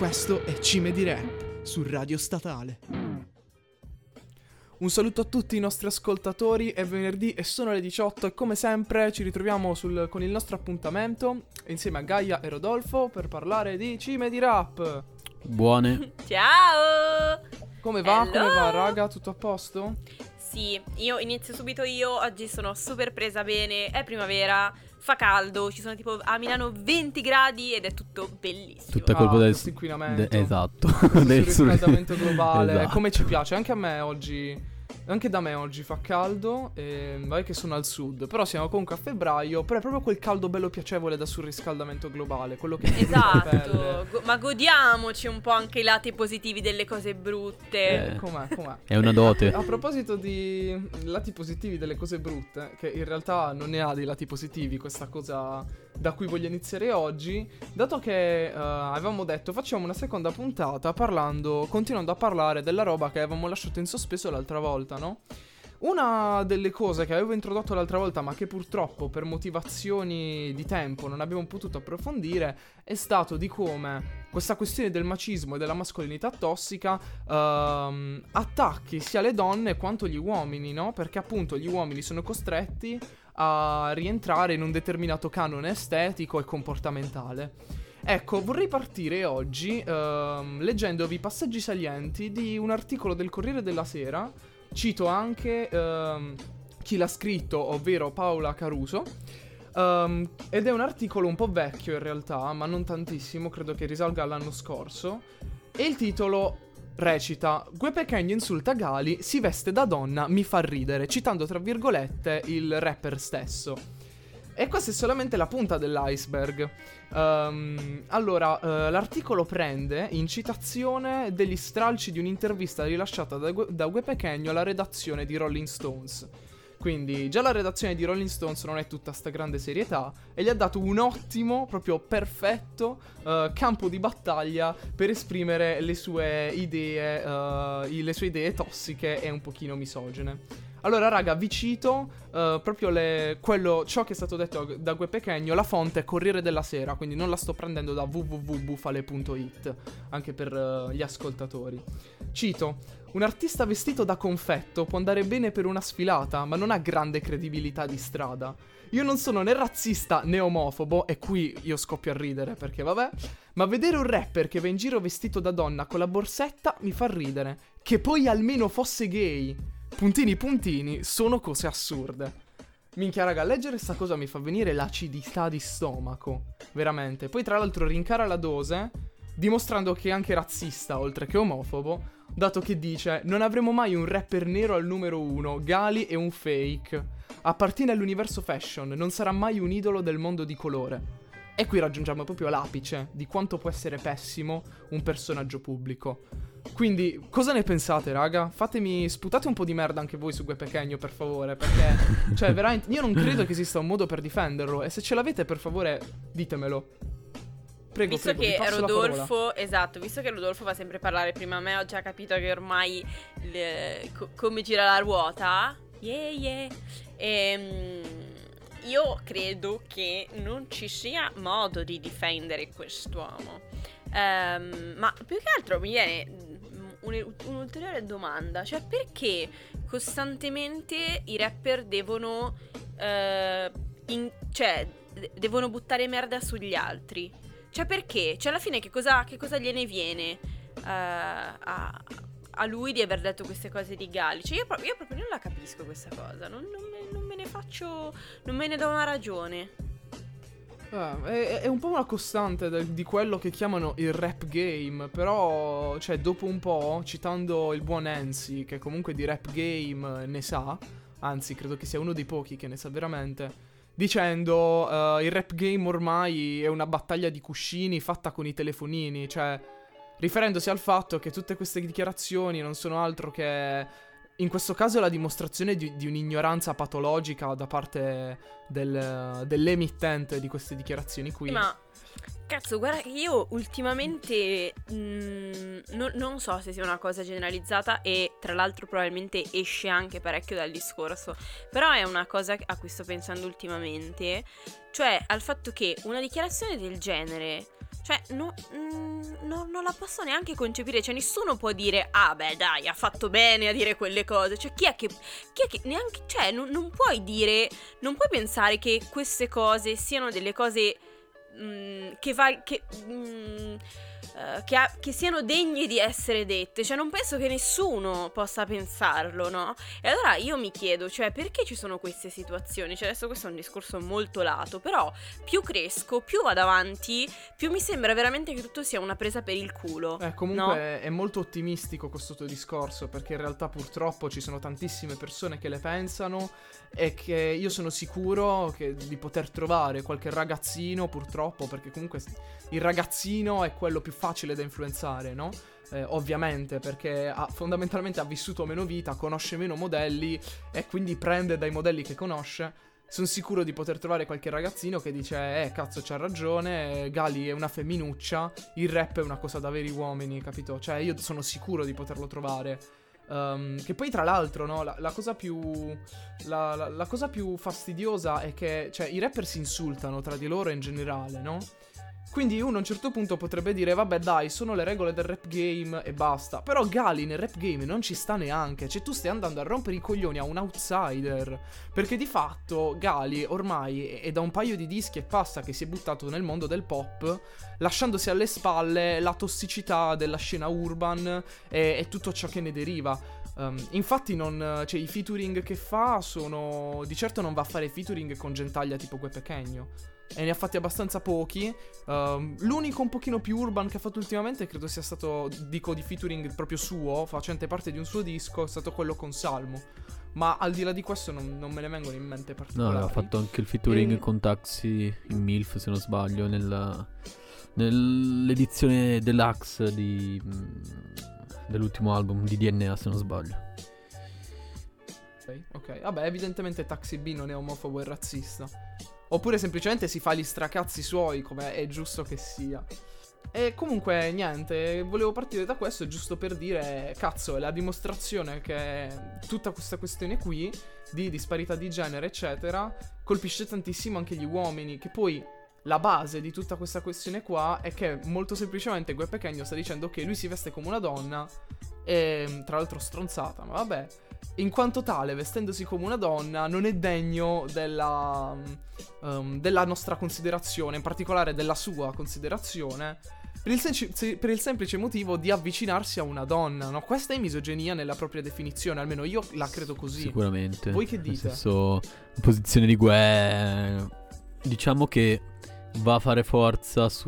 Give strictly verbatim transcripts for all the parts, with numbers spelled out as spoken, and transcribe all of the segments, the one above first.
Questo è Cime di Rap su Radio Statale. Un saluto a tutti i nostri ascoltatori, è venerdì e sono le diciotto e come sempre ci ritroviamo sul, con il nostro appuntamento insieme a Gaia e Rodolfo per parlare di Cime di Rap. Buone. Ciao! Come va? Hello. Come va raga? Tutto a posto? Sì, io inizio subito io, oggi sono super presa bene, è primavera, fa caldo, ci sono tipo a Milano venti gradi ed è tutto bellissimo. Tutto è colpo Ah, del questo inquinamento. de- esatto. Questo Del surriscaldamento globale. Esatto. Come ci piace, anche a me oggi. Anche da me oggi fa caldo, e vai che sono al sud, però siamo comunque a febbraio, però è proprio quel caldo bello piacevole da surriscaldamento globale, quello che ti brucia la pelle. Esatto, go- ma godiamoci un po' anche i lati positivi delle cose brutte. Eh. Com'è, com'è? È una dote. A proposito di lati positivi delle cose brutte, che in realtà non ne ha dei lati positivi questa cosa da cui voglio iniziare oggi, dato che uh, avevamo detto facciamo una seconda puntata parlando, continuando a parlare della roba che avevamo lasciato in sospeso l'altra volta, no? Una delle cose che avevo introdotto l'altra volta, ma che purtroppo per motivazioni di tempo non abbiamo potuto approfondire, è stato di come questa questione del macismo e della mascolinità tossica ehm, attacchi sia le donne quanto gli uomini, no? Perché appunto gli uomini sono costretti a rientrare in un determinato canone estetico e comportamentale. Ecco, vorrei partire oggi ehm, leggendovi passaggi salienti di un articolo del Corriere della Sera. Cito anche ehm, chi l'ha scritto, ovvero Paola Caruso, um, ed è un articolo un po' vecchio in realtà, ma non tantissimo, credo che risalga all'anno scorso, e il titolo recita "Gue Pequeno insulta Gali, si veste da donna, mi fa ridere", citando tra virgolette il rapper stesso. E questa è solamente la punta dell'iceberg. Um, allora, uh, l'articolo prende in citazione degli stralci di un'intervista rilasciata da, Gue- da Gue Pequeno alla redazione di Rolling Stones. Quindi già la redazione di Rolling Stones non è tutta sta grande serietà e gli ha dato un ottimo, proprio perfetto uh, campo di battaglia per esprimere le sue idee, uh, i- le sue idee tossiche e un pochino misogene. Allora raga, vi cito uh, proprio le, quello, ciò che è stato detto da Gue Pequeno, la fonte è Corriere della Sera, quindi non la sto prendendo da w w w punto bufale punto it, anche per uh, gli ascoltatori. Cito: "Un artista vestito da confetto può andare bene per una sfilata, ma non ha grande credibilità di strada. Io non sono né razzista né omofobo", e qui io scoppio a ridere perché vabbè, "ma vedere un rapper che va in giro vestito da donna con la borsetta mi fa ridere. Che poi almeno fosse gay. Puntini puntini, sono cose assurde". Minchia raga, leggere sta cosa mi fa venire l'acidità di stomaco, veramente. Poi tra l'altro rincara la dose, dimostrando che è anche razzista oltre che omofobo, dato che dice: "Non avremo mai un rapper nero al numero uno, Gali è un fake. Appartiene all'universo fashion, non sarà mai un idolo del mondo di colore". E qui raggiungiamo proprio l'apice di quanto può essere pessimo un personaggio pubblico. Quindi, cosa ne pensate, raga? Fatemi, sputate un po' di merda anche voi su Gue Pequeno, per favore, perché, cioè, veramente, io non credo che esista un modo per difenderlo, e se ce l'avete, per favore, ditemelo. Prego, Visto prego, vi che passo la parola. Rodolfo, esatto, visto che Rodolfo fa sempre parlare prima a me, ho già capito che ormai le- co- come gira la ruota. Yeah, yeah. Ehm, io credo che non ci sia modo di difendere quest'uomo. Ehm, ma più che altro mi viene un- un'ulteriore domanda, cioè perché costantemente i rapper devono, eh, in- cioè, de- devono buttare merda sugli altri? Cioè perché? Cioè alla fine che cosa, che cosa gliene viene eh, a, a lui di aver detto queste cose di Gali? Cioè io, pro- io proprio non la capisco questa cosa, non, non me, non me ne faccio, non me ne do una ragione. Eh, è, è un po' una costante de- di quello che chiamano il rap game, però, cioè, dopo un po', citando il buon Enzi, che comunque di rap game ne sa, anzi, credo che sia uno dei pochi che ne sa veramente, dicendo eh, il rap game ormai è una battaglia di cuscini fatta con i telefonini, cioè, riferendosi al fatto che tutte queste dichiarazioni non sono altro che, in questo caso, la dimostrazione di, di un'ignoranza patologica da parte del, dell'emittente di queste dichiarazioni qui. Ma cazzo, guarda che io ultimamente mh, non, non so se sia una cosa generalizzata e tra l'altro probabilmente esce anche parecchio dal discorso, però è una cosa a cui sto pensando ultimamente, cioè al fatto che una dichiarazione del genere Cioè, no, mm, no, non la posso neanche concepire. Cioè, nessuno può dire, ah beh dai, ha fatto bene a dire quelle cose. Cioè, chi è che, chi è che neanche, cioè, non, non puoi dire, non puoi pensare che queste cose siano delle cose mm, che va, che... Mm, Uh, che, ha, che siano degne di essere dette. Cioè non penso che nessuno possa pensarlo, no? E allora io mi chiedo, cioè perché ci sono queste situazioni? Cioè adesso questo è un discorso molto lato, però più cresco, più vado avanti, più mi sembra veramente che tutto sia una presa per il culo. Eh, comunque no? è, è molto ottimistico questo tuo discorso, perché in realtà purtroppo ci sono tantissime persone che le pensano, e che io sono sicuro che di poter trovare qualche ragazzino, purtroppo, perché comunque il ragazzino è quello più facile da influenzare, no? Eh, ovviamente, perché ha, fondamentalmente ha vissuto meno vita, conosce meno modelli e quindi prende dai modelli che conosce. Sono sicuro di poter trovare qualche ragazzino che dice, eh cazzo c'ha ragione, Gali è una femminuccia, il rap è una cosa da veri uomini, capito? Cioè io sono sicuro di poterlo trovare. Um, che poi tra l'altro, no, la, la cosa più la, la, la cosa più fastidiosa è che, cioè, i rapper si insultano tra di loro in generale, no? Quindi uno a un certo punto potrebbe dire, vabbè dai, sono le regole del rap game e basta. Però Gali nel rap game non ci sta neanche. Cioè tu stai andando a rompere i coglioni a un outsider. Perché di fatto Gali ormai è da un paio di dischi e passa che si è buttato nel mondo del pop, lasciandosi alle spalle la tossicità della scena urban e, e tutto ciò che ne deriva. Um, infatti non, cioè, i featuring che fa sono... Di certo non va a fare featuring con gentaglia tipo Gue Pequeno. E ne ha fatti abbastanza pochi. um, L'unico un pochino più urban che ha fatto ultimamente credo sia stato, dico di featuring proprio suo, facente parte di un suo disco, è stato quello con Salmo. Ma al di là di questo non, non me ne vengono in mente particolari. No, ha fatto anche il featuring e... con Taxi in MILF, se non sbaglio, nella, nell'edizione deluxe di, dell'ultimo album di D N A, se non sbaglio. Ok, ok. Vabbè, evidentemente Taxi B non è omofobo e razzista. Oppure semplicemente si fa gli stracazzi suoi, come è giusto che sia. E comunque niente, volevo partire da questo giusto per dire, cazzo, è la dimostrazione che tutta questa questione qui di disparità di genere eccetera colpisce tantissimo anche gli uomini. Che poi la base di tutta questa questione qua è che molto semplicemente Gue Pequeno sta dicendo che lui si veste come una donna, e tra l'altro stronzata, ma vabbè, in quanto tale, vestendosi come una donna, non è degno della, um, della nostra considerazione, in particolare della sua considerazione, per il, sen- per il semplice motivo di avvicinarsi a una donna, no? Questa è misoginia nella propria definizione, almeno io la credo così. Sicuramente. Voi che dite? Nel senso, la posizione di Gue, diciamo che va a fare forza su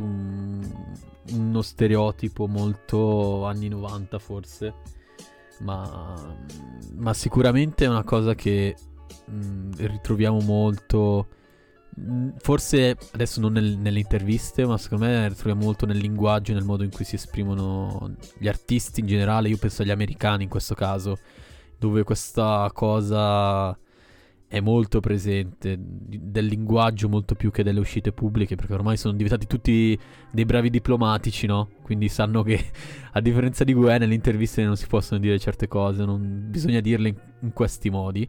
uno stereotipo molto anni novanta forse. Ma, ma sicuramente è una cosa che mh, ritroviamo molto, mh, forse adesso non nel, nelle interviste, ma secondo me ritroviamo molto nel linguaggio, nel modo in cui si esprimono gli artisti in generale. Io penso agli americani in questo caso, dove questa cosa è molto presente, del linguaggio molto più che delle uscite pubbliche, perché ormai sono diventati tutti dei bravi diplomatici, no? Quindi sanno che a differenza di Gue nelle interviste non si possono dire certe cose, non bisogna dirle in, in questi modi.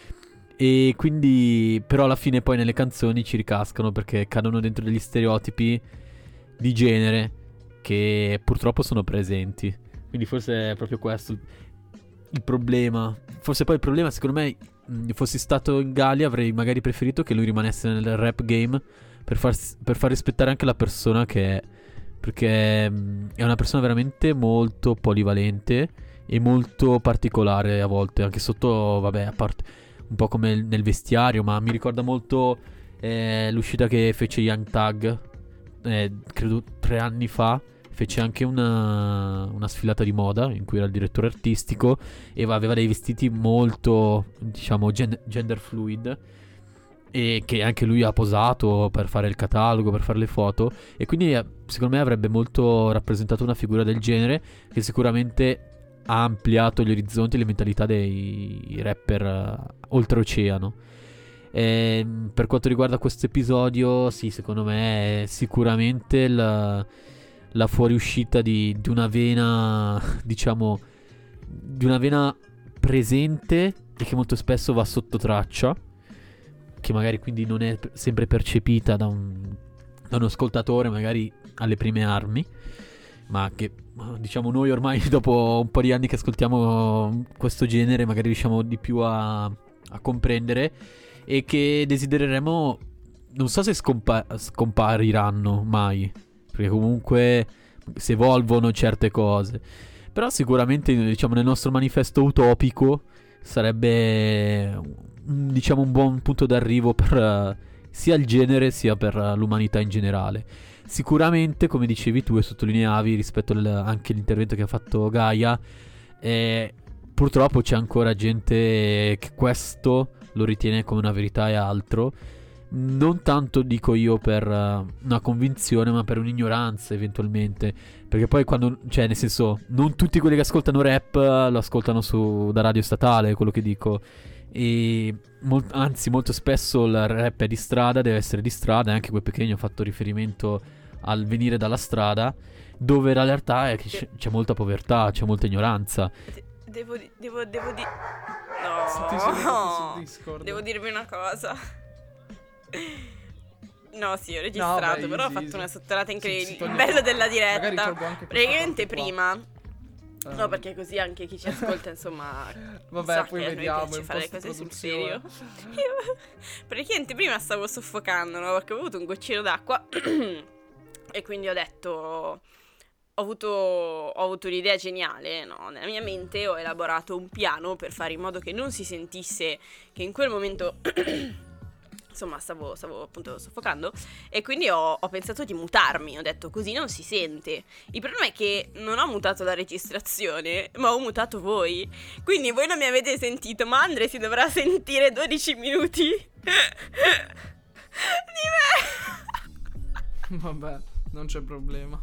E quindi però alla fine poi nelle canzoni ci ricascano, perché cadono dentro degli stereotipi di genere che purtroppo sono presenti. Quindi forse è proprio questo il, il problema. Forse poi il problema, secondo me, fossi stato in Gali avrei magari preferito che lui rimanesse nel rap game per far, per far rispettare anche la persona che è, perché mh, è una persona veramente molto polivalente e molto particolare a volte, anche sotto, vabbè, a parte un po' come nel vestiario, ma mi ricorda molto eh, l'uscita che fece Young Thug, eh, credo tre anni fa. Fece anche una, una sfilata di moda in cui era il direttore artistico e aveva dei vestiti molto, diciamo, gen- gender fluid, e che anche lui ha posato per fare il catalogo, per fare le foto, e quindi secondo me avrebbe molto rappresentato una figura del genere, che sicuramente ha ampliato gli orizzonti e le mentalità dei rapper uh, oltreoceano. E per quanto riguarda questo episodio, sì, secondo me è sicuramente il... la fuoriuscita di, di una vena, diciamo, di una vena presente e che molto spesso va sotto traccia, che magari quindi non è sempre percepita da un da un ascoltatore magari alle prime armi, ma che diciamo noi ormai dopo un po' di anni che ascoltiamo questo genere magari riusciamo di più a, a comprendere, e che desidereremo, non so se scompa- scompariranno mai, perché comunque si evolvono certe cose, però sicuramente diciamo nel nostro manifesto utopico sarebbe diciamo un buon punto d'arrivo per uh, sia il genere sia per uh, l'umanità in generale. Sicuramente, come dicevi tu e sottolineavi rispetto al, anche all'intervento che ha fatto Gaia, eh, purtroppo c'è ancora gente che questo lo ritiene come una verità e altro, non tanto dico io per uh, una convinzione, ma per un'ignoranza eventualmente, perché poi quando, cioè nel senso, non tutti quelli che ascoltano rap uh, lo ascoltano su, da radio statale, quello che dico, e mol- anzi molto spesso il rap è di strada, deve essere di strada, e anche quel pequeno ha fatto riferimento al venire dalla strada, dove la realtà è che c- c'è molta povertà, c'è molta ignoranza. De- devo di- devo devo di Ti sei messo su Discord. Devo dirvi una cosa. No, sì, ho registrato, No, beh, però ho easy, fatto easy. una sotterrata Si- incredibile. si Il toglie- bello della Magari diretta. tolgo anche questa Praticamente parte qua. prima. Eh, No, perché così anche chi ci ascolta, insomma. Vabbè, sa poi che a noi vediamo piace in fare le cose sul serio. post-produzione. Io praticamente prima stavo soffocando, no? Perché avevo avuto un goccino d'acqua. E quindi ho detto. Ho avuto, ho avuto un'idea geniale, no? Nella mia mente ho elaborato un piano per fare in modo che non si sentisse che in quel momento, insomma, stavo, stavo appunto soffocando, e quindi ho, ho pensato di mutarmi, ho detto così non si sente. Il problema è che non ho mutato la registrazione, ma ho mutato voi, quindi voi non mi avete sentito, ma Andre si dovrà sentire dodici minuti di me. Vabbè, non c'è problema.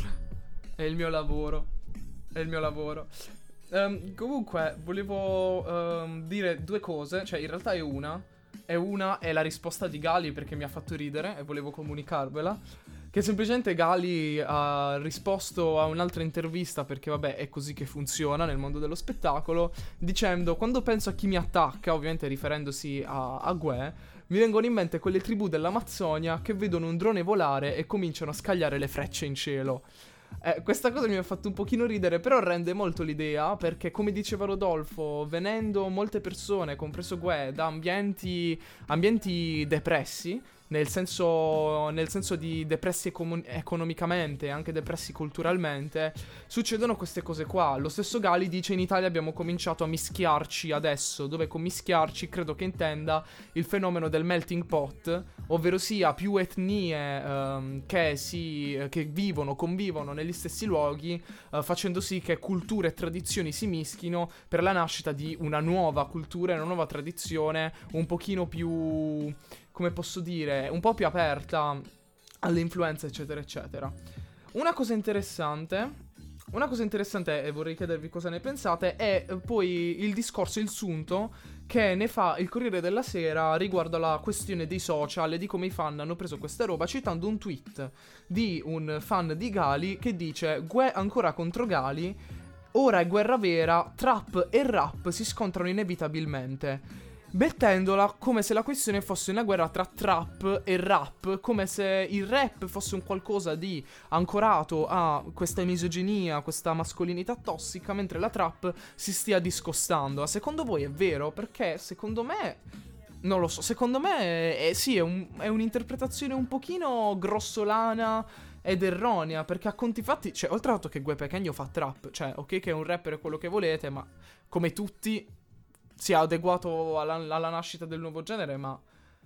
È il mio lavoro. È il mio lavoro. Ehm, comunque, volevo ehm, dire due cose. Cioè, in realtà è una. E una è la risposta di Gali, perché mi ha fatto ridere e volevo comunicarvela. Che semplicemente Gali ha risposto a un'altra intervista, perché vabbè è così che funziona nel mondo dello spettacolo, dicendo: quando penso a chi mi attacca, ovviamente riferendosi a, a Gue, mi vengono in mente quelle tribù dell'Amazzonia che vedono un drone volare e cominciano a scagliare le frecce in cielo. Eh, questa cosa mi ha fatto un pochino ridere, però rende molto l'idea, perché come diceva Rodolfo, venendo molte persone, compreso Gue, da ambienti, ambienti depressi, nel senso, nel senso di depressi econom- economicamente e anche depressi culturalmente, succedono queste cose qua. Lo stesso Gali dice: in Italia abbiamo cominciato a mischiarci adesso, dove con mischiarci credo che intenda il fenomeno del melting pot, ovvero sia più etnie ehm, che, si, che vivono, convivono negli stessi luoghi, eh, facendo sì che culture e tradizioni si mischino per la nascita di una nuova cultura e una nuova tradizione un pochino più, come posso dire, un po' più aperta alle influenze, eccetera, eccetera. Una cosa interessante, una cosa interessante, e vorrei chiedervi cosa ne pensate, è eh, poi il discorso, il sunto che ne fa il Corriere della Sera riguardo alla questione dei social e di come i fan hanno preso questa roba, citando un tweet di un fan di Gali che dice: Gue ancora contro Gali, ora è guerra vera, trap e rap si scontrano inevitabilmente, mettendola come se la questione fosse una guerra tra trap e rap, come se il rap fosse un qualcosa di ancorato a questa misoginia, questa mascolinità tossica, mentre la trap si stia discostando. Secondo voi è vero? Perché secondo me, non lo so, secondo me è, è- sì, è, un- è un'interpretazione un pochino grossolana ed erronea, perché a conti fatti, cioè, oltre al fatto che Gue Pequeno fa trap, cioè, ok che è un rapper e quello che volete, ma come tutti si è adeguato alla, alla nascita del nuovo genere, ma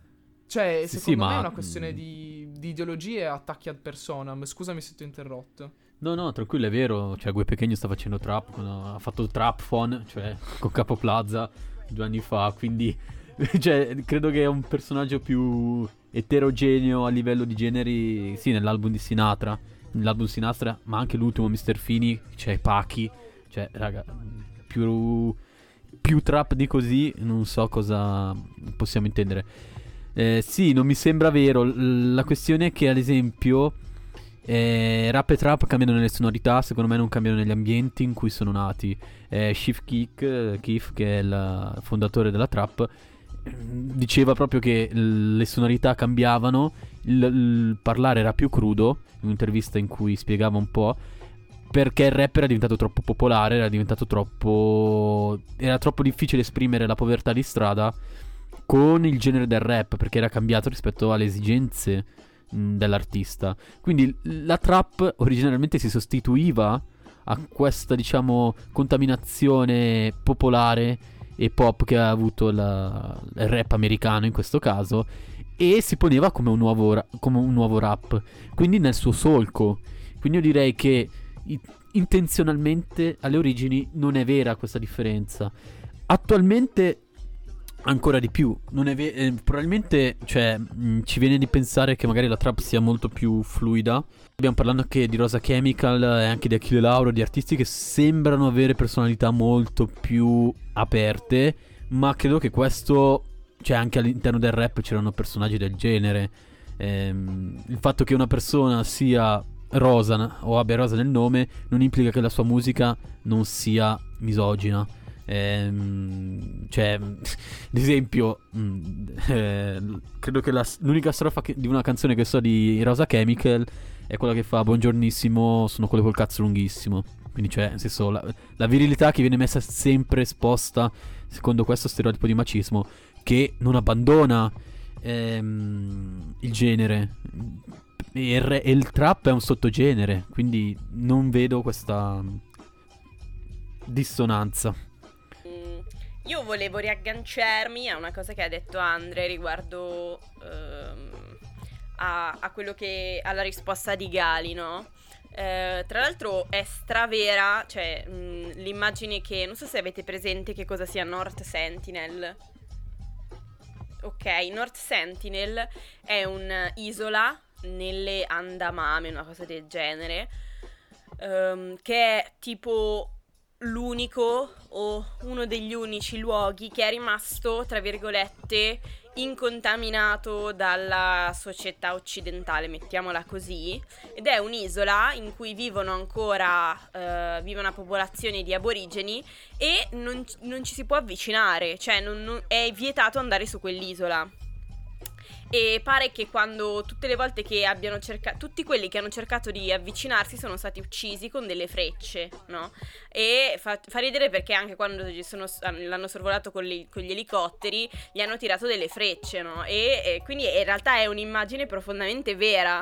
cioè, Sì, secondo sì, me ma- è una questione di, di ideologie e attacchi ad personam. Scusami se ti ho interrotto. No, no, tranquillo, è vero. Cioè, Gue Pequeno sta facendo trap. quando Ha fatto Trap Phone, cioè con Capo Plaza due anni fa. Quindi, cioè, credo che è un personaggio più eterogeneo a livello di generi. Sì, nell'album di Sinatra. Nell'album di Sinatra, ma anche l'ultimo mister Fini. Cioè, Pachi. Cioè, raga, più, più trap di così, non so cosa possiamo intendere. Eh, sì, non mi sembra vero. L- La questione è che, ad esempio, eh, rap e trap cambiano nelle sonorità, secondo me non cambiano negli ambienti in cui sono nati. Eh, Chief Keef, eh, Keef, che è il fondatore della trap, diceva proprio che le sonorità cambiavano, il, il parlare era più crudo, in un'intervista in cui spiegava un po', perché il rap era diventato troppo popolare, era diventato troppo... era troppo difficile esprimere la povertà di strada con il genere del rap, perché era cambiato rispetto alle esigenze mh, dell'artista. Quindi la trap originariamente si sostituiva a questa, diciamo, contaminazione popolare e pop che ha avuto la, il rap americano in questo caso, e si poneva come un nuovo, ra- come un nuovo rap, quindi nel suo solco. Quindi io direi che i- intenzionalmente alle origini non è vera questa differenza. Attualmente ancora di più, non è ve- eh, probabilmente, cioè, mh, ci viene di pensare che magari la trap sia molto più fluida. Abbiamo parlato anche di Rosa Chemical e anche di Achille Lauro, di artisti che sembrano avere personalità molto più aperte, ma credo che questo, cioè, anche all'interno del rap c'erano personaggi del genere. Ehm, il fatto che una persona sia rosa o abbia rosa nel nome non implica che la sua musica non sia misogina. Ehm, cioè, ad esempio, mh, eh, credo che la, l'unica strofa che, di una canzone che so di Rosa Chemical è quella che fa buongiornissimo, sono quello col cazzo lunghissimo. Quindi, cioè, nel senso, la, la virilità che viene messa sempre esposta secondo questo stereotipo di macismo, che non abbandona ehm, il genere. E il, re, e il trap è un sottogenere, quindi non vedo questa dissonanza. Io volevo riagganciarmi a una cosa che ha detto Andre riguardo ehm, a, a quello che alla risposta di Gali, no? Eh, tra l'altro è stravera, cioè mh, l'immagine che, non so se avete presente che cosa sia North Sentinel. Ok, North Sentinel è un'isola nelle Andamame, una cosa del genere, ehm, che è tipo l'unico o uno degli unici luoghi che è rimasto, tra virgolette, incontaminato dalla società occidentale, mettiamola così, ed è un'isola in cui vivono ancora eh, vive una popolazione di aborigeni e non, non ci si può avvicinare, cioè non, non, è vietato andare su quell'isola. E pare che quando tutte le volte che abbiano cercato, tutti quelli che hanno cercato di avvicinarsi sono stati uccisi con delle frecce, no? E fa, fa ridere perché anche quando gli sono, l'hanno sorvolato con, li, con gli elicotteri gli hanno tirato delle frecce, no? E, e quindi in realtà è un'immagine profondamente vera,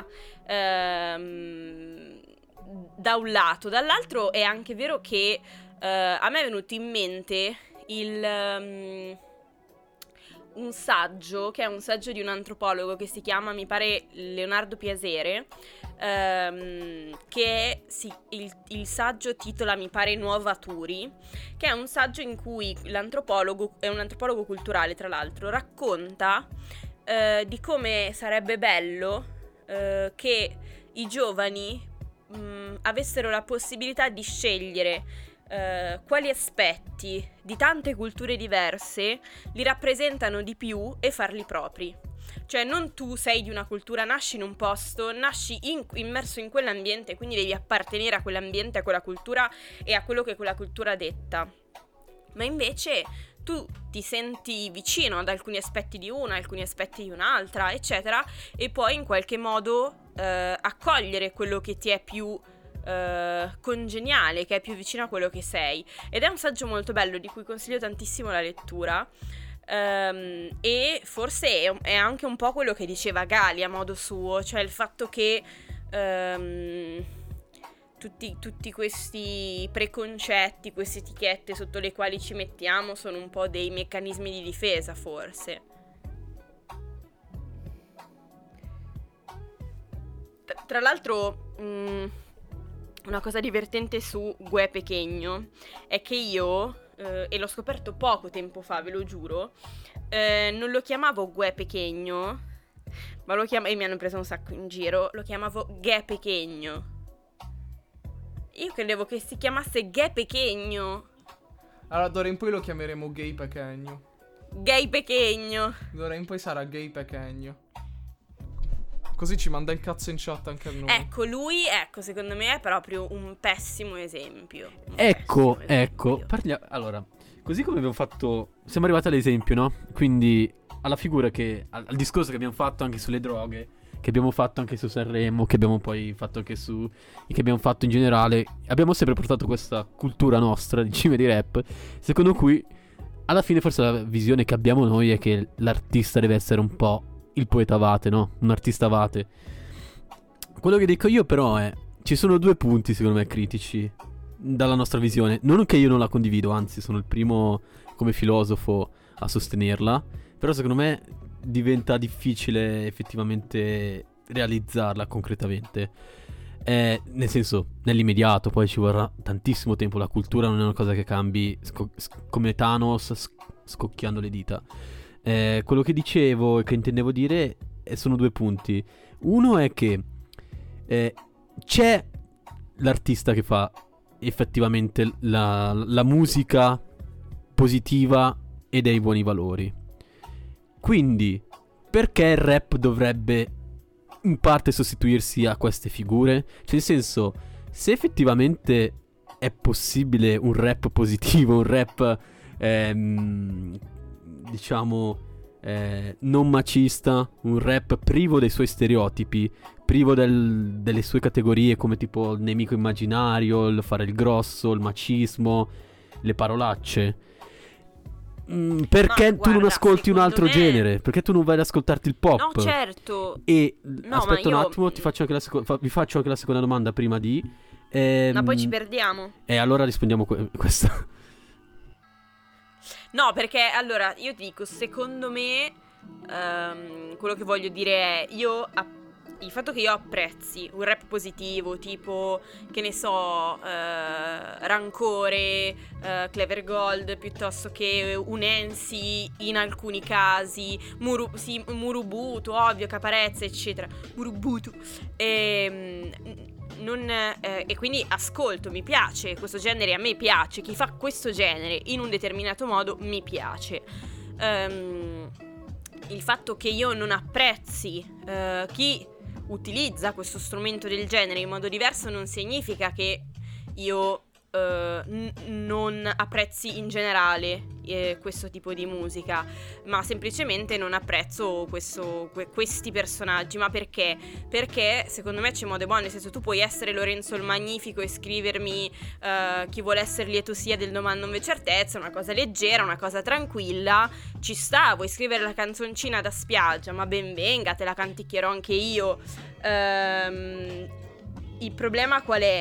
ehm, da un lato. Dall'altro è anche vero che eh, a me è venuto in mente il... Um, un saggio, che è un saggio di un antropologo che si chiama, mi pare, Leonardo Piasere, ehm, che sì, il, il saggio titola, mi pare, Nuova Turi, che è un saggio in cui l'antropologo, è un antropologo culturale tra l'altro, racconta eh, di come sarebbe bello eh, che i giovani mh, avessero la possibilità di scegliere Uh, quali aspetti di tante culture diverse li rappresentano di più e farli propri. Cioè non tu sei di una cultura, nasci in un posto, nasci in, immerso in quell'ambiente, quindi devi appartenere a quell'ambiente, a quella cultura e a quello che quella cultura detta, ma invece tu ti senti vicino ad alcuni aspetti di una, alcuni aspetti di un'altra, eccetera, e puoi in qualche modo uh, accogliere quello che ti è più Uh, congeniale, che è più vicino a quello che sei. Ed è un saggio molto bello di cui consiglio tantissimo la lettura, um, e forse è, è anche un po' quello che diceva Gali a modo suo, cioè il fatto che um, tutti, tutti questi preconcetti, queste etichette sotto le quali ci mettiamo sono un po' dei meccanismi di difesa, forse. Tra, tra l'altro mh, una cosa divertente su Gue Pequeño è che io, eh, e l'ho scoperto poco tempo fa, ve lo giuro, eh, non lo chiamavo Gue Pequeño, ma lo chiamavo, e mi hanno preso un sacco in giro, lo chiamavo Ghe Pequeño. Io credevo che si chiamasse Ghe Pequeño. Allora, d'ora in poi lo chiameremo Gay Pequeño. Gay Pequeño. D'ora in poi sarà Gay Pequeño. Così ci manda il cazzo in chat anche a noi. Ecco, lui, ecco, secondo me è proprio un pessimo esempio. Un Ecco, pessimo ecco, esempio. parliamo. Allora, così come abbiamo fatto, siamo arrivati all'esempio, no? Quindi alla figura che, al, al discorso che abbiamo fatto anche sulle droghe, che abbiamo fatto anche su Sanremo, che abbiamo poi fatto anche su, che abbiamo fatto in generale, abbiamo sempre portato questa cultura nostra di cinema e di rap, secondo cui alla fine forse la visione che abbiamo noi è che l'artista deve essere un po' il poeta Vate, no? Un artista Vate. Quello che dico io però è, ci sono due punti secondo me critici dalla nostra visione. Non che io non la condivido, anzi sono il primo come filosofo a sostenerla, però secondo me diventa difficile effettivamente realizzarla concretamente. Eh, nel senso, nell'immediato, poi ci vorrà tantissimo tempo. La cultura non è una cosa che cambi sco- sc- come Thanos sc- scocchiando le dita. Eh, quello che dicevo e che intendevo dire eh, sono due punti. Uno è che eh, c'è l'artista che fa effettivamente la, la musica positiva e dei buoni valori. Quindi, perché il rap dovrebbe in parte sostituirsi a queste figure? Cioè, nel senso, se effettivamente è possibile un rap positivo, un rap, ehm, diciamo, eh, non macista, un rap privo dei suoi stereotipi, privo del, delle sue categorie come tipo il nemico immaginario, il fare il grosso, il macismo, le parolacce. Mm, perché Ma, tu non guarda, ascolti un altro secondo me- genere? Perché tu non vai ad ascoltarti il pop? No, certo. E No, aspetta ma un io- attimo, ti faccio anche la seco- fa- vi faccio anche la seconda domanda prima di. Ehm, Ma poi ci perdiamo. E allora rispondiamo que- questa. No, perché allora io ti dico, secondo me, ehm, quello che voglio dire è, io app- il fatto che io apprezzi un rap positivo, tipo, che ne so, eh, Rancore, eh, Clever Gold, piuttosto che un Ensi in alcuni casi, Muru- sì, Murubutu, ovvio, Caparezza, eccetera. Murubutu. Ehm, non, eh, e quindi ascolto, mi piace questo genere, a me piace, chi fa questo genere in un determinato modo mi piace. Ehm, il fatto che io non apprezzi eh, chi utilizza questo strumento del genere in modo diverso non significa che io eh, n- non apprezzi in generale eh, questo tipo di musica, ma semplicemente non apprezzo questo, que- questi personaggi. Ma perché? Perché secondo me c'è modo e buono, nel senso, tu puoi essere Lorenzo il Magnifico e scrivermi eh, chi vuole essere lieto sia del domani non v'è certezza, una cosa leggera, una cosa tranquilla, ci sta. Vuoi scrivere la canzoncina da spiaggia, ma ben venga, te la canticchierò anche io. Ehm, il problema qual è?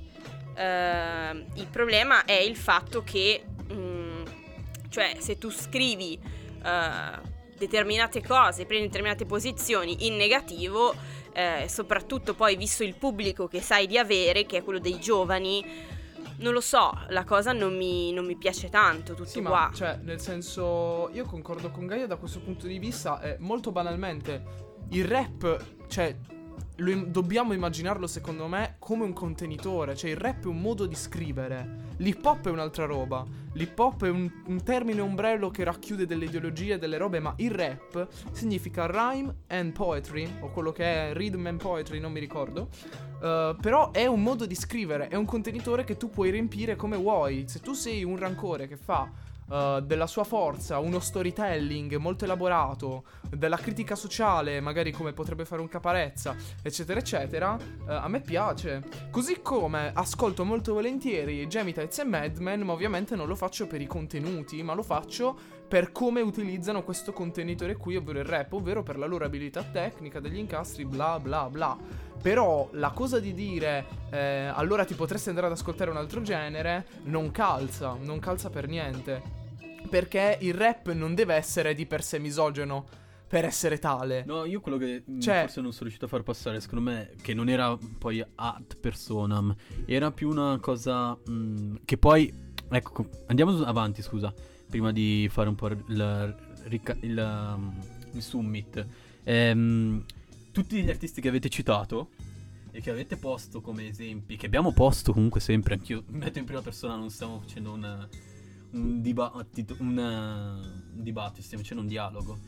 Ehm, il problema è il fatto che mm, cioè, se tu scrivi eh, determinate cose, prendi determinate posizioni in negativo, eh, soprattutto poi visto il pubblico che sai di avere, che è quello dei giovani, non lo so, la cosa non mi, non mi piace tanto, tutto Sì, qua. ma cioè, nel senso, io concordo con Gaia da questo punto di vista. E molto banalmente, il rap, cioè, lo im- dobbiamo immaginarlo secondo me come un contenitore. Cioè, il rap è un modo di scrivere. L'hip hop è un'altra roba. L'hip hop è un, un termine ombrello che racchiude delle ideologie e delle robe. Ma il rap significa rhyme and poetry, o quello che è rhythm and poetry, non mi ricordo. Uh, però è un modo di scrivere, è un contenitore che tu puoi riempire come vuoi. Se tu sei un Rancore che fa uh, della sua forza uno storytelling molto elaborato, della critica sociale, magari come potrebbe fare un Caparezza, eccetera eccetera, uh, a me piace. Così come ascolto molto volentieri Gemitites e Madman, ma ovviamente non lo faccio per i contenuti, ma lo faccio per come utilizzano questo contenitore qui, ovvero il rap, ovvero per la loro abilità tecnica, degli incastri, bla bla bla. Però la cosa di dire eh, allora ti potresti andare ad ascoltare un altro genere non calza, non calza per niente. Perché il rap non deve essere di per sé misogino per essere tale. No, io quello che mh, Cioè- forse non sono riuscito a far passare, secondo me, che non era poi ad personam, era più una cosa mh, che poi, ecco, andiamo avanti, scusa, prima di fare un po' il, il, il, um, il summit. Ehm, tutti gli artisti che avete citato e che avete posto come esempi, che abbiamo posto comunque sempre, anch'io mi metto in prima persona, non stiamo facendo un, un dibattito, un, un dibattito, stiamo facendo un dialogo,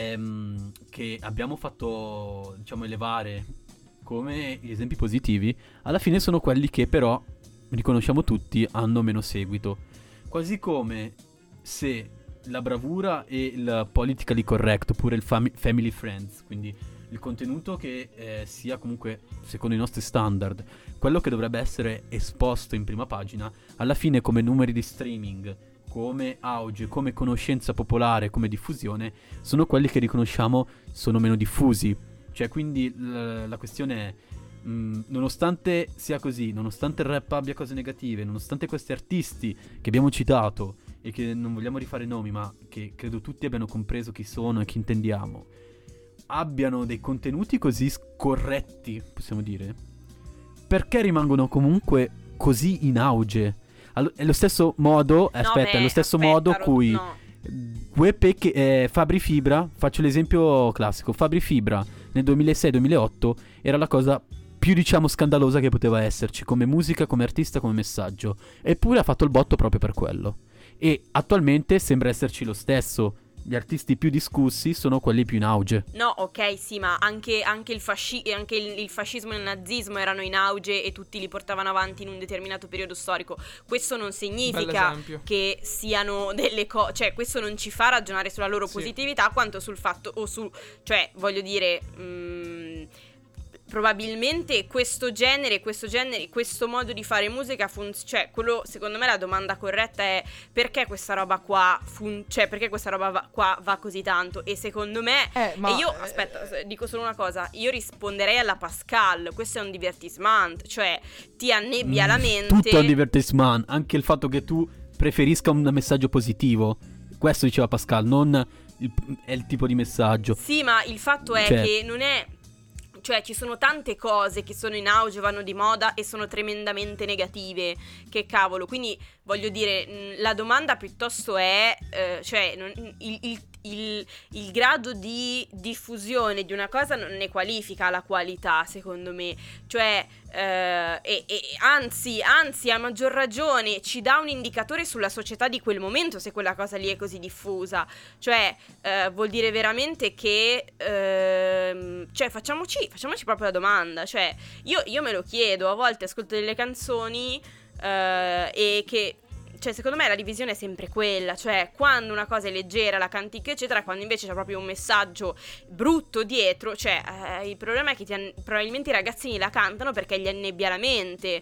ehm, che abbiamo fatto, diciamo, elevare come gli esempi positivi, alla fine sono quelli che però, riconosciamo tutti, hanno meno seguito. Quasi come se la bravura e il politically correct, oppure il fami- family friends, quindi il contenuto che eh, sia comunque secondo i nostri standard quello che dovrebbe essere esposto in prima pagina, alla fine come numeri di streaming, come auge, come conoscenza popolare, come diffusione, sono quelli che riconosciamo sono meno diffusi. Cioè, quindi l- la questione è, mh, nonostante sia così, nonostante il rap abbia cose negative, nonostante questi artisti che abbiamo citato e che non vogliamo rifare nomi, ma che credo tutti abbiano compreso chi sono e chi intendiamo, abbiano dei contenuti così scorretti, possiamo dire, perché rimangono comunque così in auge? Allo- è lo stesso modo, No, aspetta, beh, è lo stesso aspetta, modo Ro- cui no. Gue Peck- eh, Fabri Fibra, faccio l'esempio classico, Fabri Fibra nel duemilasei duemilaotto era la cosa più, diciamo, scandalosa che poteva esserci, come musica, come artista, come messaggio, eppure ha fatto il botto proprio per quello. E attualmente sembra esserci lo stesso. Gli artisti più discussi sono quelli più in auge. No, ok, sì, ma anche, anche, il, fasci- anche il, il fascismo e il nazismo erano in auge e tutti li portavano avanti in un determinato periodo storico. Questo non significa Bell'esempio. che siano delle cose, cioè questo non ci fa ragionare sulla loro Sì. positività quanto sul fatto, o su, cioè voglio dire... mm, probabilmente questo genere, questo genere, questo modo di fare musica funziona, cioè quello, secondo me la domanda corretta è perché questa roba qua fun- cioè perché questa roba va- qua va così tanto, e secondo me Eh, ma e io, eh, aspetta, s- dico solo una cosa, io risponderei alla Pascal, questo è un divertissement, cioè ti annebbia la Mm, mente. Tutto è un divertissement, anche il fatto che tu preferisca un messaggio positivo. Questo diceva Pascal, non il, è il tipo di messaggio. Sì, ma il fatto è Cioè- che non è... Cioè ci sono tante cose che sono in auge, vanno di moda e sono tremendamente negative. Che cavolo, quindi voglio dire, mh, la domanda piuttosto è, eh, cioè non- il, il- il- il grado di diffusione di una cosa non ne qualifica la qualità, secondo me. Cioè, eh, e, e anzi, anzi, a maggior ragione ci dà un indicatore sulla società di quel momento se quella cosa lì è così diffusa. Cioè, eh, vuol dire veramente che, ehm, cioè, facciamoci, facciamoci proprio la domanda. Cioè, io, io me lo chiedo, a volte ascolto delle canzoni eh, e che, cioè, secondo me la divisione è sempre quella. Cioè, quando una cosa è leggera, la canticchia, eccetera, quando invece c'è proprio un messaggio brutto dietro. Cioè, eh, il problema è che ti an- probabilmente i ragazzini la cantano perché gli annebbia la mente.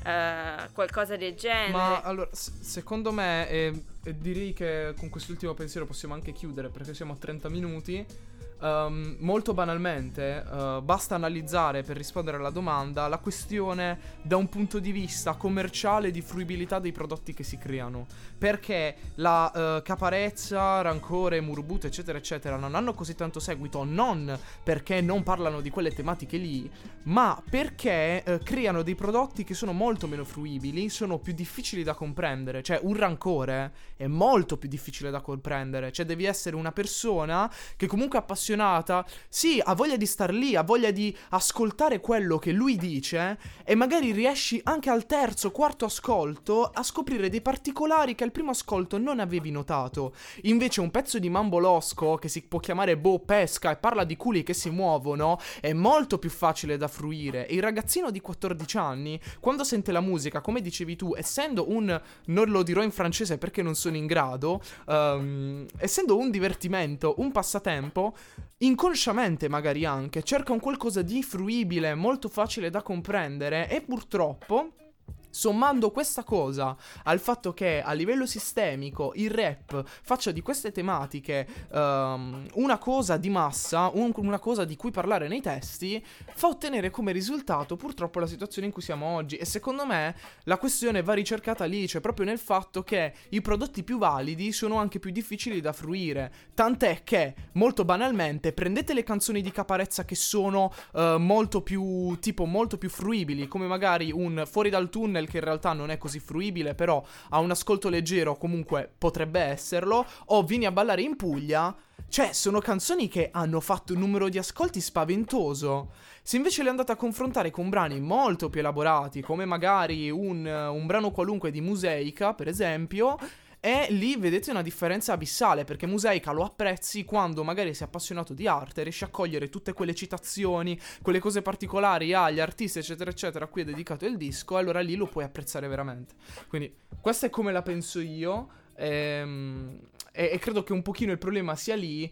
eh, qualcosa del genere. Ma allora, s- secondo me, e, e direi che con quest'ultimo pensiero possiamo anche chiudere perché siamo a trenta minuti. Ehm, molto banalmente, eh, basta analizzare per rispondere alla domanda la questione da un punto di vista commerciale di fruibilità dei prodotti che si creano. Perché la eh, Caparezza, Rancore, Murbut, eccetera, eccetera, non hanno così tanto seguito, non perché non parlano di quelle tematiche lì, ma perché eh, creano dei prodotti che sono molto meno fruibili, sono più difficili da comprendere. Cioè, un Rancore è molto più difficile da comprendere. Cioè, devi essere una persona che comunque è appassionata, sì, ha voglia di star lì, ha voglia di ascoltare quello che lui dice, e magari riesci anche al terzo, quarto ascolto a scoprire dei particolari che al primo ascolto non avevi notato. Invece un pezzo di Mambo Losco, che si può chiamare Boh Pesca e parla di culi che si muovono, è molto più facile da fruire. E il ragazzino di quattordici anni, quando sente la musica, come dicevi tu, essendo un, non lo dirò in francese perché non sono in grado, um, essendo un divertimento, un passatempo, inconsciamente magari anche cerca un qualcosa di fruibile, molto facile da comprendere, e purtroppo, sommando questa cosa al fatto che a livello sistemico il rap faccia di queste tematiche um, una cosa di massa, un, una cosa di cui parlare nei testi, fa ottenere come risultato purtroppo la situazione in cui siamo oggi. E secondo me la questione va ricercata lì, cioè proprio nel fatto che i prodotti più validi sono anche più difficili da fruire. Tant'è che, molto banalmente, prendete le canzoni di Caparezza che sono uh, molto più, tipo molto più fruibili, come magari un Fuori dal tunnel, che in realtà non è così fruibile, però ha un ascolto leggero, comunque potrebbe esserlo, o Vieni a ballare in Puglia. Cioè, sono canzoni che hanno fatto un numero di ascolti spaventoso. Se invece le andate a confrontare con brani molto più elaborati, come magari un, un brano qualunque di Museica, per esempio, e lì vedete una differenza abissale, perché Museica lo apprezzi quando magari sei appassionato di arte, riesci a cogliere tutte quelle citazioni, quelle cose particolari agli artisti, eccetera, eccetera, a cui è dedicato il disco, e allora lì lo puoi apprezzare veramente. Quindi, questa è come la penso io. Ehm, e, e credo che un pochino il problema sia lì.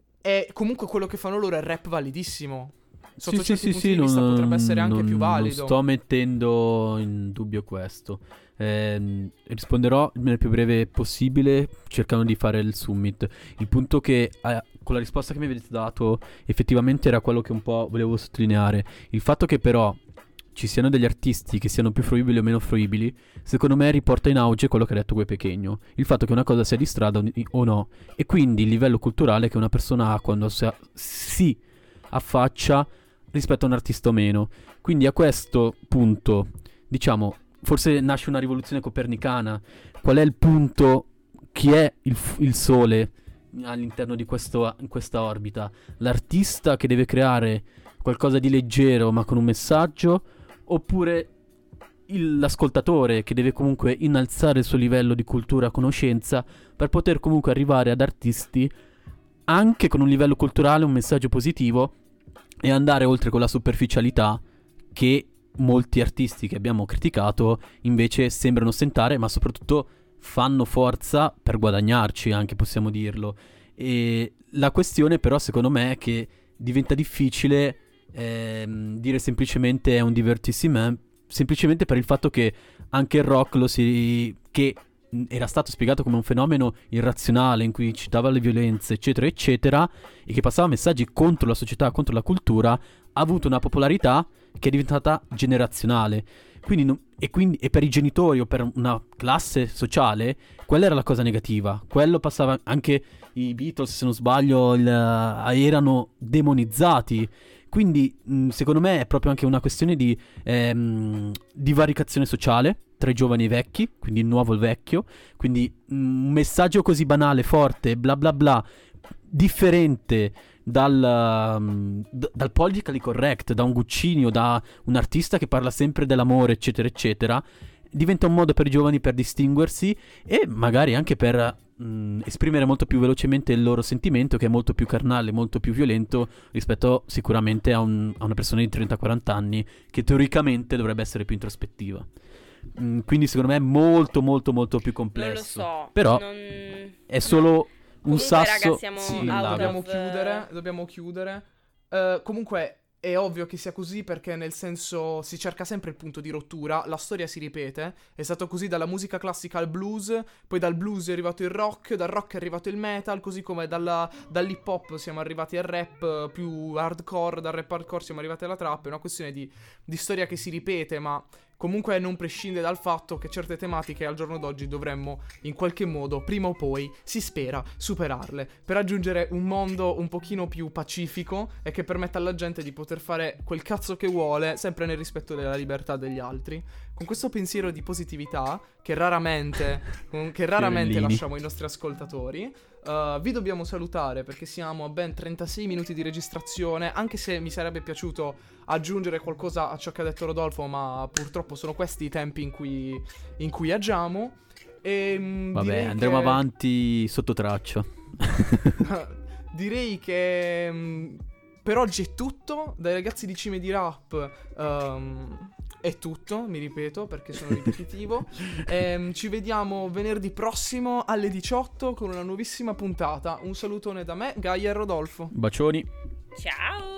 E comunque quello che fanno loro è rap validissimo. Sotto sì, certi sì, punti sì, di sì, vista non, potrebbe essere anche non- più valido. Non sto mettendo in dubbio questo. Ehm, risponderò nel più breve possibile cercando di fare il summit. Il punto che eh, con la risposta che mi avete dato effettivamente era quello che un po' volevo sottolineare. Il fatto che però ci siano degli artisti che siano più fruibili o meno fruibili, secondo me riporta in auge quello che ha detto Gue Pechegno. Il fatto che una cosa sia di strada o- o no. E quindi il livello culturale che una persona ha quando si, si affaccia rispetto a un artista o meno. Quindi a questo punto, diciamo, forse nasce una rivoluzione copernicana. Qual è il punto? Chi è il, f- il sole all'interno di questo, in questa orbita? L'artista che deve creare qualcosa di leggero ma con un messaggio, oppure il- l'ascoltatore che deve comunque innalzare il suo livello di cultura e conoscenza per poter comunque arrivare ad artisti anche con un livello culturale, un messaggio positivo, e andare oltre con la superficialità che molti artisti che abbiamo criticato invece sembrano ostentare, ma soprattutto fanno forza per guadagnarci, anche possiamo dirlo. E la questione però secondo me è che diventa difficile ehm, dire semplicemente è un divertissement, semplicemente per il fatto che anche il rock lo si... che mh, era stato spiegato come un fenomeno irrazionale in cui citava le violenze eccetera eccetera e che passava messaggi contro la società, contro la cultura, ha avuto una popolarità che è diventata generazionale. Quindi, non- e, quindi e per i genitori o per una classe sociale quella era la cosa negativa. Quello passava, anche i Beatles se non sbaglio il- erano demonizzati. Quindi mh, secondo me è proprio anche una questione di ehm, divaricazione sociale tra i giovani e i vecchi, quindi il nuovo e il vecchio. Quindi mh, un messaggio così banale, forte, bla bla bla, differente dal, um, d- dal politically correct, da un Guccini o da un artista che parla sempre dell'amore eccetera eccetera, diventa un modo per i giovani per distinguersi e magari anche per mh, esprimere molto più velocemente il loro sentimento, che è molto più carnale, molto più violento rispetto sicuramente a, un- a una persona di trenta quaranta anni che teoricamente dovrebbe essere più introspettiva. Mm, quindi secondo me è molto molto molto più complesso. Non lo so. Però non... è solo un Comunque, sasso raga, siamo Sì, out nel of- lago. dobbiamo chiudere, dobbiamo chiudere. Eh, comunque è ovvio che sia così perché nel senso si cerca sempre il punto di rottura, la storia si ripete, è stato così dalla musica classica al blues, poi dal blues è arrivato il rock, dal rock è arrivato il metal, così come dalla, dall'hip hop siamo arrivati al rap eh, più hardcore, dal rap hardcore siamo arrivati alla trap, è una questione di, di storia che si ripete, ma comunque non prescinde dal fatto che certe tematiche al giorno d'oggi dovremmo in qualche modo, prima o poi, si spera, superarle per raggiungere un mondo un pochino più pacifico e che permetta alla gente di poter fare quel cazzo che vuole, sempre nel rispetto della libertà degli altri. Con questo pensiero di positività che raramente, con- che raramente Fiorellini. lasciamo ai nostri ascoltatori, Uh, vi dobbiamo salutare perché siamo a ben trentasei minuti di registrazione, anche se mi sarebbe piaciuto aggiungere qualcosa a ciò che ha detto Rodolfo, ma purtroppo sono questi i tempi in cui, in cui agiamo. E, mm, Vabbè, direi andremo che- avanti sotto traccia. Direi che mm, per oggi è tutto. Dai ragazzi di Cime di Rap ehm, è tutto, mi ripeto perché sono ripetitivo. Ehm, ci vediamo venerdì prossimo alle diciotto con una nuovissima puntata. Un salutone da me, Gaia e Rodolfo. Bacioni. Ciao.